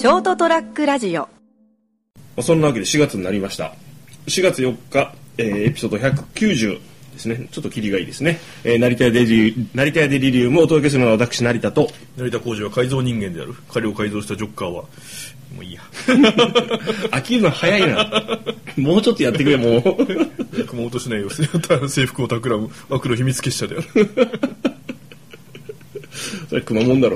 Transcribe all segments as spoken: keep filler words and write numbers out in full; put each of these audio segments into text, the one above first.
ショートトラックラジオ。 そんなわけでしがつになりました。しがつよっか、えー、エピソードひゃくきゅうじゅうですね。ちょっとキリがいいですね。えー、成田屋デリ成田屋デリリウムをお届けするのは私成田と成田浩司は改造人間である。彼を改造したジョッカーはもういいや飽きるの早いなもうちょっとやってくれ。もう熊本市内を制服を企む悪の秘密結社であるそれ熊本だろ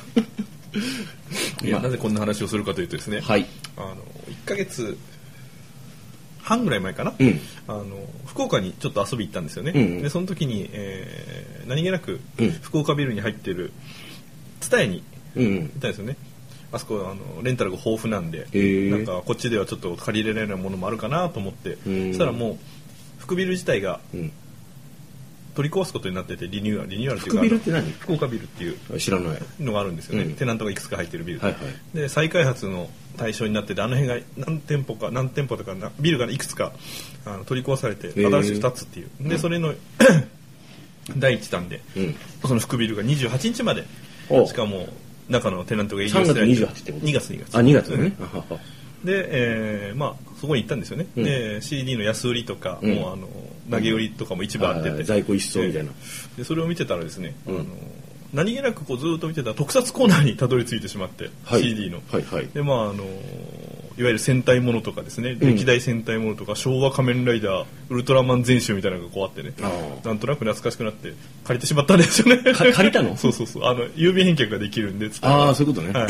いや、なぜこんな話をするかというとですね、 はい、 あのいっかげつはんぐらい前かな、うん、あの福岡にちょっと遊び行ったんですよね、うんうん、でその時に、えー、何気なく、うん、福岡ビルに入っている蔦屋に行ったんですよね、うん、あそこあのレンタルが豊富なんで、えー、なんかこっちではちょっと借りれられないものもあるかなと思って、うん、そしたらもう福ビル自体が、うん取り壊すことになっててリニューアルリニューアルっていうか福ビルって何？ 福岡ビルっていう知らないのがあるんですよね、うん、テナントがいくつか入ってるビル、はいはい、で再開発の対象になっててあの辺が何店舗か何店舗とかビルがいくつかあの取り壊されて新しくふたつっていう、えー、でそれのだいいちだんで、うん、その福ビルがにじゅうはちにちまでしかも中のテナントが営業してないにがつにじゅうはちってこと？ にがつにがつあにがつだねで、えー、まあそこに行ったんですよね、うん、で シーディー の安売りとか、うん、もうあの投げ売りとかも一部あってて、うん、 在庫一掃みたいな、 でそれを見てたらですね、うん、あの何気なくこうずっと見てたら特撮コーナーにたどり着いてしまって、はい、シーディー の、はいはい、でまああのいわゆる戦隊ものとかですね、うん、歴代戦隊ものとか昭和仮面ライダーウルトラマン全集みたいなのがこうあってね、なんとなく懐かしくなって借りてしまったんですよね借りたの？ そうそうそう、あの郵便返却ができるんで、 ああそういうことね、はい、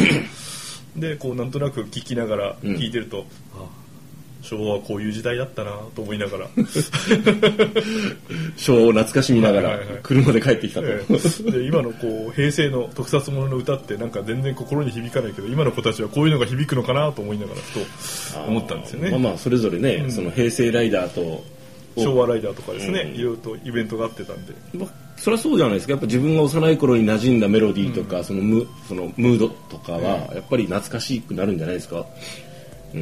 でこうなんとなく聞きながら聞いてると、うん、あ昭和はこういう時代だったなと思いながら昭和を懐かしみながら車で帰ってきたと、はいはいはい、 で今のこう平成の特撮ものの歌ってなんか全然心に響かないけど今の子たちはこういうのが響くのかなと思いながらふと思ったんですよね。 まあまあそれぞれね、うん、その平成ライダーと昭和ライダーとかですね、うん、いろいろとイベントがあってたんで、 まあ、それはそうじゃないですか。やっぱ自分が幼い頃に馴染んだメロディーとか、うん、そのム、そのムードとかはやっぱり懐かしくなるんじゃないですか、うん、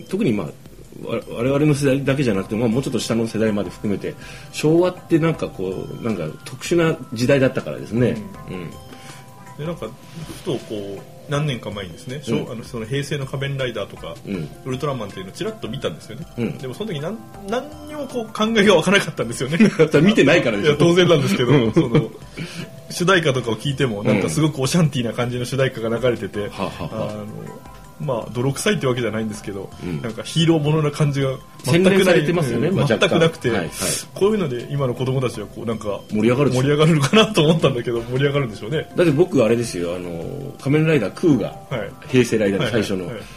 特にまあ我々の世代だけじゃなくて、まあ、もうちょっと下の世代まで含めて昭和ってなんかこうなんか特殊な時代だったからですね、うんうん、 でなんかふとこう何年か前にですね、うん、あのその平成の仮面ライダーとか、うん、ウルトラマンっていうのをちらっと見たんですよね、うん、でもその時何何にもこう考えが湧かなかったんですよね見てないからでしょ。 いや当然なんですけど、うん、その主題歌とかを聞いてもなんかすごくオシャンティーな感じの主題歌が流れてて、うん、あのまあ泥臭いってわけじゃないんですけど、うん、なんかヒーローものな感じが全くない、 ますよね、 全くなくて、はいはい、こういうので今の子供たちはこうなんか盛り上がる盛り上がるのかなと思ったんだけど盛り上がるんでしょうね。 だって僕あれですよ、あの仮面ライダークーが、はい、平成ライダーの最初の、はいはいはい、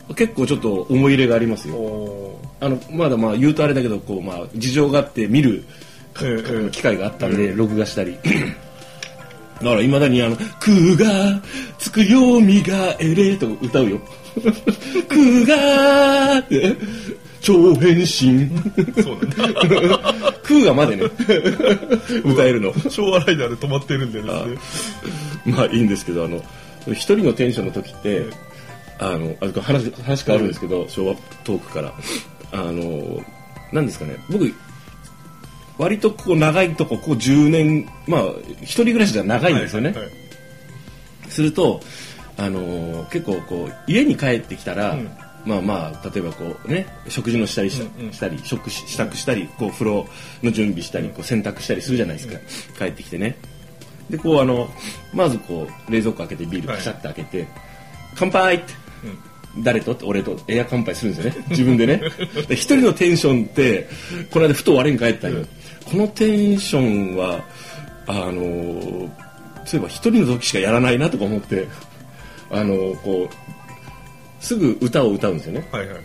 結構ちょっと思い入れがありますよ。あのまだまあ言うとあれだけどこう、まあ、事情があって見る、えー、機会があったんで、えー、録画したりだからいまだにあの「空がつくよみがえれ」と歌うよ空がって超変身そうなんだ空がまでね歌えるの昭和ライダーで止まってるんでですね。 まあいいんですけど、あの一人のテンションの時ってあのあ話話変わるんですけど、うん、昭和トークからあの何ですかね、僕割とこう長いとここうじゅうねん、まあ一人暮らしじゃ長いんですよね、はいはいはい、するとあのー、結構こう家に帰ってきたら、うん、まあまあ例えばこうね食事のしたりし た,、うんうん、したり食支度したりこう風呂の準備したりこう洗濯したりするじゃないですか、うん、帰ってきてね。でこうあのまずこう冷蔵庫開けてビールカシャッて開けて、はい、乾杯って、うん、誰とって俺とエア乾杯するんですよね自分でねで一人のテンションってこの間ふと我に返ったよ、うん、このテンションはあのー、そういえば一人の時しかやらないなとか思ってあのー、こうすぐ歌を歌うんですよね、はいはい、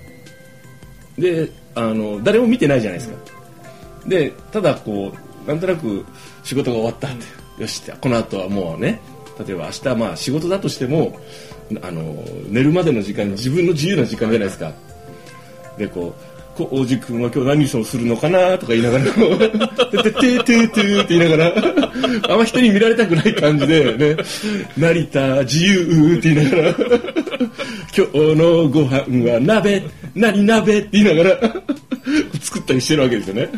であの誰も見てないじゃないですか、うん、でただこうなんとなく仕事が終わったって、うん、よしこの後はもうね例えば明日まあ仕事だとしてもあの寝るまでの時間自分の自由な時間じゃないですか、はいはい、でこう王子くんは今日何をするのかなとか言いながら「ててててて」って言いながらあんま人に見られたくない感じでね「成田自由」って言いながら「今日のご飯は鍋何鍋」って言いながら作ったりしてるわけですよね。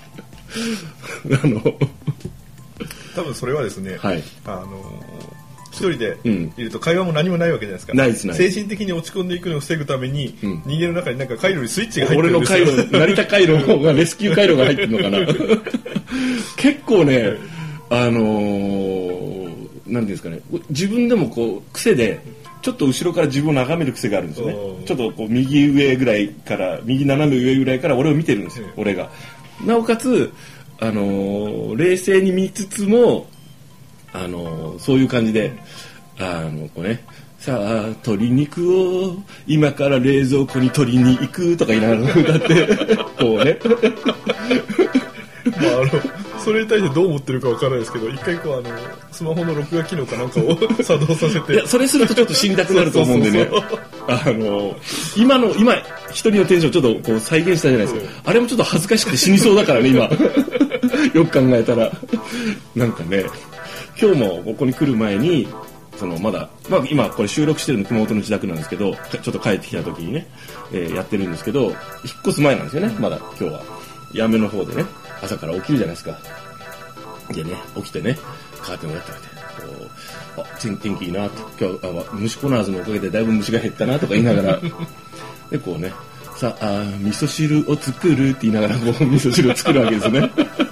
あの多分それはですね、はい、あの一人でいると会話も何もないわけじゃないですか。 ないですない精神的に落ち込んでいくのを防ぐために、うん、人間の中になんか回路にスイッチが入ってるんですよ。 俺の回路、成田回路がレスキュー回路が入ってるのかな。結構ね、あのー、なんていうんですかね、自分でもこう癖でちょっと後ろから自分を眺める癖があるんですよね。ちょっとこう右上ぐらいから右斜め上ぐらいから俺を見てるんですよ、俺が。なおかつ、あのー、冷静に見つつも、あのー、そういう感じで、あのこうね、さあ鶏肉を今から冷蔵庫に取りに行くとか言いながら歌ってこうね。 まあ、あのそれに対してどう思ってるかわからないですけど、一回こうあのスマホの録画機能かなんかを作動させて、 いやそれするとちょっと死にたくなると思うんでね。あの今の今一人のテンションちょっとこう再現したじゃないですか。あれもちょっと恥ずかしくて死にそうだからね今。よく考えたらなんかね、今日もここに来る前にそのまだ、まあ、今これ収録してるの熊本の自宅なんですけど、ちょっと帰ってきた時にね、えー、やってるんですけど、引っ越す前なんですよね。まだ今日はやめの方でね、朝から起きるじゃないですか。でね、起きてね、カーテンをやってあげて、こう、あ、天気いいなって、今日、あ、虫コナーズのおかげでだいぶ虫が減ったなとか言いながら、で、こうね、さあ、味噌汁を作るって言いながら、こう、味噌汁を作るわけですね。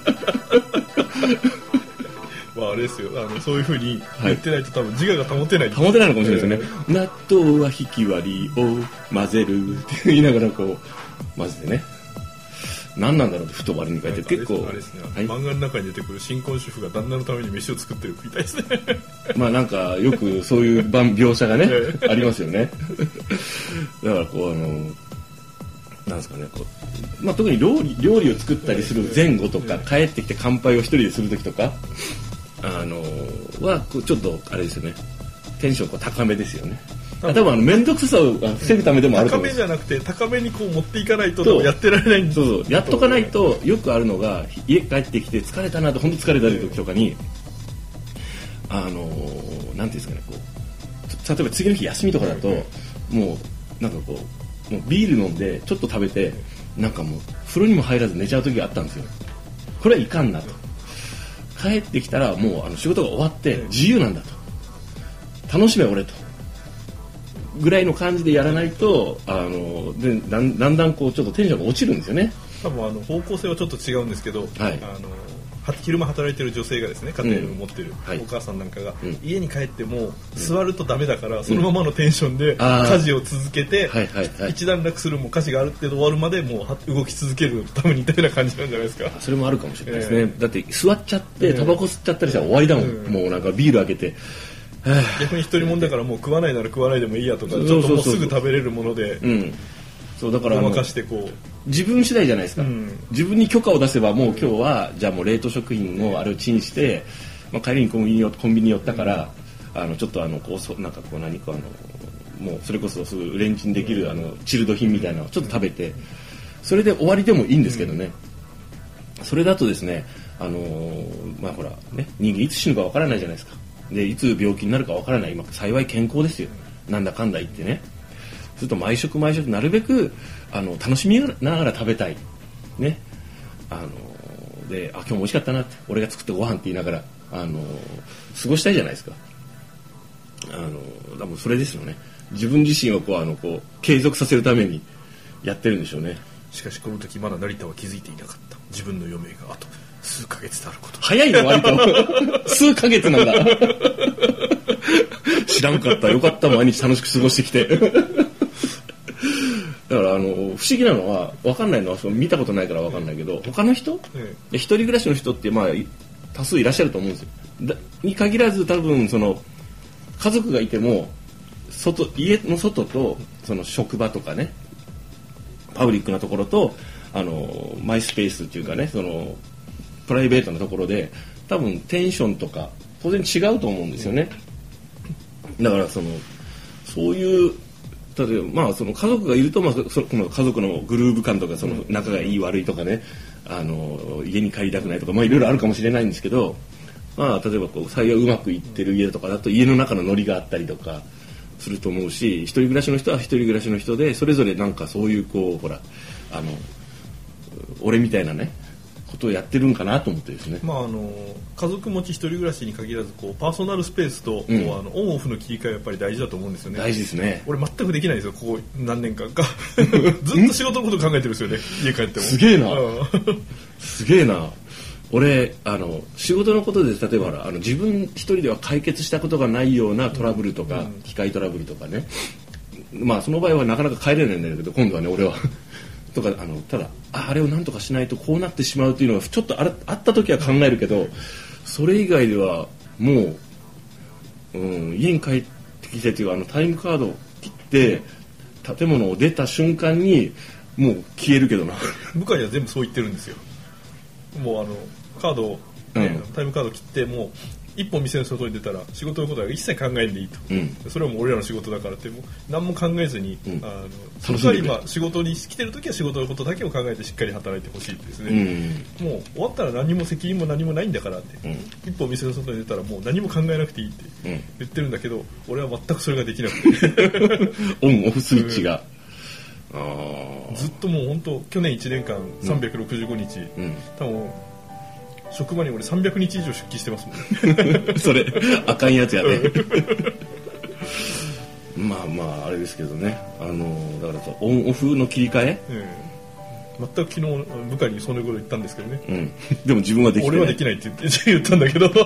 まあ、あれですよ、あの、そういう風に言ってないと多分自我が保てない。 保てないのかもしれないですね。えー、納豆は引き割りを混ぜるって言いながら、こう、混ぜてね。何なんだろうってふと我に書いて結構、 あれですね、はい、漫画の中に出てくる新婚主婦が旦那のために飯を作ってるみたいですね。 まあなんかよくそういう描写がねありますよね。だからこうあのなんですかね、こう、まあ、特に料理料理を作ったりする前後とか、帰ってきて乾杯を一人でする時とかあのはこうちょっとあれですよね、テンションこう高めですよね。多分あの面倒くささを防ぐためでもあると思う。 高めじゃなくて高めにこう持っていかないとやってられないんです。 そうそう、やっとかないと。よくあるのが家帰ってきて疲れたなと、本当疲れた時とかに、あのー、なんていうんですかね、こう例えば次の日休みとかだと、もうなんかこうもうビール飲んでちょっと食べてなんかもう風呂にも入らず寝ちゃう時があったんですよ。これはいかんなと。帰ってきたらもうあの仕事が終わって自由なんだと、楽しめ俺とぐらいの感じでやらないと、あのでだんだんだんこうちょっとテンションが落ちるんですよね。 多分あの方向性はちょっと違うんですけど、はい、あの昼間働いてる女性がですね、家庭を持ってるお母さんなんかが、うん、家に帰っても座るとダメだから、うん、そのままのテンションで家事を続けて、はいはいはい、一段落するも家事がある程度終わるまでもう動き続けるためにみたいな感じなんじゃないですか。 それもあるかもしれないですね、えー、だって座っちゃってタバコ吸っちゃったりしたら終わりだもん、えー、もうなんかビール開けて逆に一人もんだからもう食わないなら食わないでもいいやとか、ちょっともうすぐ食べれるもので、うん、 そうだからごまかしてこう自分次第じゃないですか、うん、自分に許可を出せばもう今日はじゃあもう冷凍食品をあれをチンして、まあ、帰りにコンビニよコンビニ寄ったから、うん、あのちょっとあのこうそなんかこう何かあのもうそれこそすぐレンチンできるあのチルド品みたいなのをちょっと食べて、それで終わりでもいいんですけどね、うん、それだとですね、あのー、まあほらね、人間いつ死ぬかわからないじゃないですか。でいつ病気になるかわからない。今幸い健康ですよ、なんだかんだ言ってね。すると毎食毎食なるべくあの楽しみながら食べたいね。あのであ今日も美味しかったなって、俺が作ったご飯って言いながらあの過ごしたいじゃないですか。あの多分それですよね。自分自身をこうあのこう継続させるためにやってるんでしょうね。 しかしこの時まだ成田は気づいていなかった。自分の余命があと数ヶ月であること。 早いの割と数ヶ月なんだ。知らんかった。よかった、毎日楽しく過ごしてきて。だからあの不思議なのは、分かんないのはその見たことないから分かんないけど、他の人、ええ、一人暮らしの人ってまあ多数いらっしゃると思うんですよ。だに限らず多分その家族がいても外家の外とその職場とかね、パブリックなところとあのマイスペースっていうかね、そのプライベートなところで多分テンションとか当然違うと思うんですよね。だからそのそういう例えばまあその家族がいると、まあ、そこの家族のグルーヴ感とかその仲がいい悪いとかね、あの家に帰りたくないとか、まあいろいろあるかもしれないんですけど、まあ例えばこう幸いうまくいってる家とかだと家の中のノリがあったりとかすると思うし、一人暮らしの人は一人暮らしの人でそれぞれなんかそういうこうほらあの俺みたいなねことをやってるんかなと思ってですね、 まあ、あの家族持ち一人暮らしに限らずこうパーソナルスペースと、うん、あのオンオフの切り替えはやっぱり大事だと思うんですよね。 大事ですね。 俺全くできないですよ、ここ何年間かずっと仕事のこと考えてるんですよね家帰っても。 すげえなすげえな。俺あの仕事のことで例えばあの自分一人では解決したことがないようなトラブルとか、うん、機械トラブルとかね、まあその場合はなかなか帰れないんだけど、今度はね俺はとかあのただ あ, あれをなんとかしないとこうなってしまうというのがちょっと あ, あった時は考えるけど、それ以外ではもう、うん、家に帰ってきてというあのタイムカードを切って建物を出た瞬間にもう消えるけどな向井は全部そう言ってるんですよ。もうあのカードを、ねうん、タイムカード切ってもう一本店の外に出たら仕事のことは一切考えんでいいと、うん、それはもう俺らの仕事だからってもう何も考えずに、うん、あのその代わり今仕事に来てる時は仕事のことだけを考えてしっかり働いてほしいですね、うん、もう終わったら何も責任も何もないんだからって、うん、一本店の外に出たらもう何も考えなくていいって言ってるんだけど、俺は全くそれができなくてオンオフスイッチが、 うん、あずっともう本当去年いちねんかんさんびゃくろくじゅうごにち、うん、多分職場に俺さんびゃくにち以上出勤してますもんねそれあかんやつやねまあまああれですけどね、あのだからオンオフの切り替え、 うん、全く昨日部下にそのこと言ったんですけどね、 うん、でも自分はできない、 俺はできないって言って言ったんだけど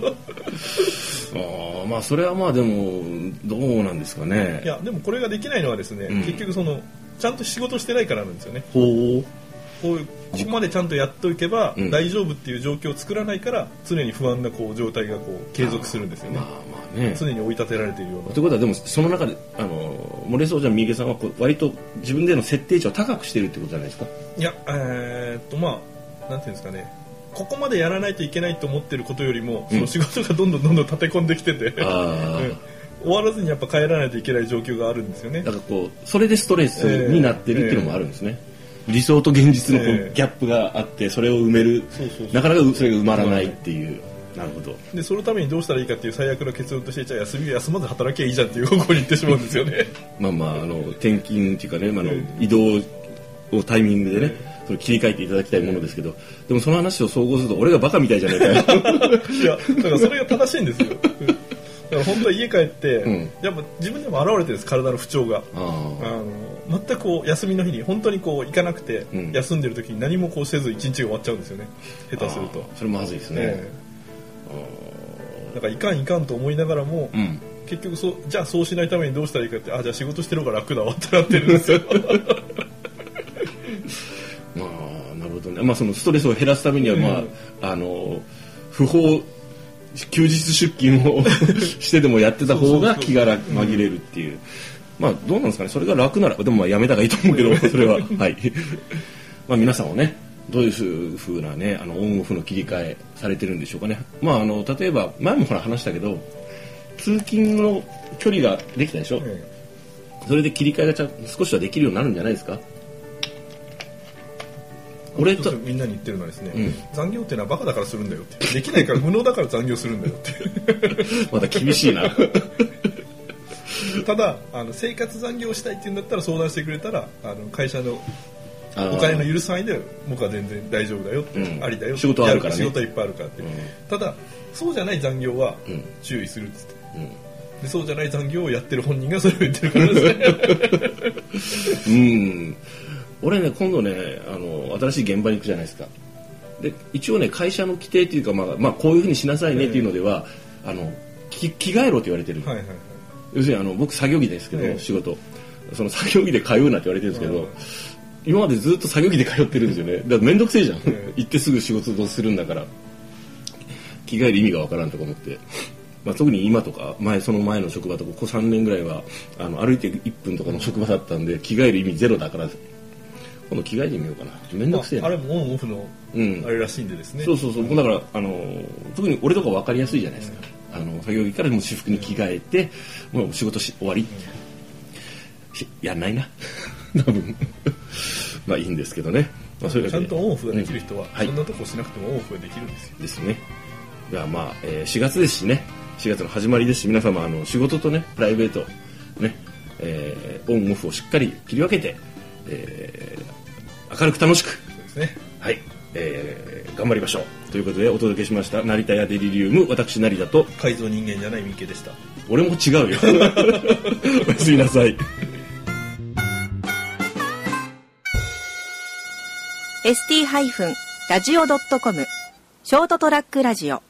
あまあそれはまあでもどうなんですかね。 いやでもこれができないのはですね、うん、結局そのちゃんと仕事してないからなんですよね。 ほうこういうここまでちゃんとやっておけば大丈夫っていう状況を作らないから、常に不安なこう状態がこう継続するんですよね。まあまあね、常に追い立てられているような。 ということはでもその中であの漏れそうじゃん三池さんはこう割と自分での設定値を高くしているってことじゃないですか。 いやえー、っとまあなんていうんですかね、ここまでやらないといけないと思ってることよりも、うん、その仕事がどんどんどんどん立て込んできてて、あうん終わらずにやっぱ帰らないといけない状況があるんですよね。 だからこうそれでストレスになってるっていうのもあるんですね、えー、理想と現実のこう、えー、ギャップがあってそれを埋める、そうそうそうなかなかそれが埋まらないっていう、うん、なるほど。 でそのためにどうしたらいいかっていう最悪の結論として、じゃあ休みを休まず働きゃいいじゃんっていう方向に行ってしまうんですよねまあまああの転勤っていうかね、まあ、の移動をタイミングでね、えーそれ切り替えていただきたいものですけど、でもその話を総合すると俺がバカみたいじゃないかよいやだからそれが正しいんですよだから本当は家帰って、うん、やっぱ自分でも現れてるんです、体の不調が。ああの全くこう休みの日に本当にこう行かなくて、うん、休んでる時に何もこうせず一日が終わっちゃうんですよね、下手すると。 それまずいですね、えー、だからいかんいかんと思いながらも、うん、結局そうじゃあそうしないためにどうしたらいいかって、あじゃあ仕事してる方が楽だわってなってるんですよまあなるほどね。まあそのストレスを減らすためには、まあ、うん、あの不法休日出勤をしてでもやってた方が気が紛れるっていう。まあどうなんですかね。それが楽ならでもまあやめた方がいいと思うけどそれははいまあ皆さんはねどういう風なねあのオンオフの切り替えされてるんでしょうかね。まああの例えば前もほら話したけど通勤の距離ができたでしょ、うん、それで切り替えがちゃ少しはできるようになるんじゃないですか。 俺とみんなに言ってるのはですね、うん、残業ってのはバカだからするんだよってできないから無能だから残業するんだよってまだ厳しいなただあの生活残業したいって言うんだったら相談してくれたらあの会社のお金の許す範囲で僕は全然大丈夫だよって、うん、ありだよって仕事はあるからね、 仕事はいっぱいあるからって、うん、ただそうじゃない残業は注意するっつって、うん、でそうじゃない残業をやってる本人がそれを言ってるからですねうん俺ね今度ねあの新しい現場に行くじゃないですか。で一応ね会社の規定っていうか、まあまあ、こういうふうにしなさいねっていうのでは、えー、あのき着替えろって言われてる、はいはいはい、要するにあの僕作業着ですけど、えー、仕事その作業着で通うなって言われてるんですけど、今までずっと作業着で通ってるんですよね。だから面倒くせえじゃん、えー、行ってすぐ仕事どうするんだから着替える意味がわからんとか思って、まあ、特に今とか前その前の職場とかここさんねんぐらいはあの歩いていっぷんとかの職場だったんで着替える意味ゼロだから今度着替えてみようかな。めんどくせえな、 まあ、あれもオンオフのあれらしいんでですね、 うん、そうそうそうだからあの特に俺とか分かりやすいじゃないですか、うん、あの作業着からもう私服に着替えて、うん、もう仕事し終わり、うん、やんないな多分まあいいんですけどね、まあ、それだけちゃんとオンオフができる人は、うん、そんなとこしなくてもオンオフができるんですよ。 ですね。ではまあ、えー、しがつですしね、しがつの始まりですし、皆様あの仕事とねプライベートね、えー、オンオフをしっかり切り分けて、えー、明るく楽しく、 そうですね、 はい、 えー、頑張りましょうということでお届けしました成田屋デリリウム、私成田と改造人間じゃない三池でした。 俺も違うよおやすみなさい。 エスティー ラジオ ドットコム ショートトラックラジオ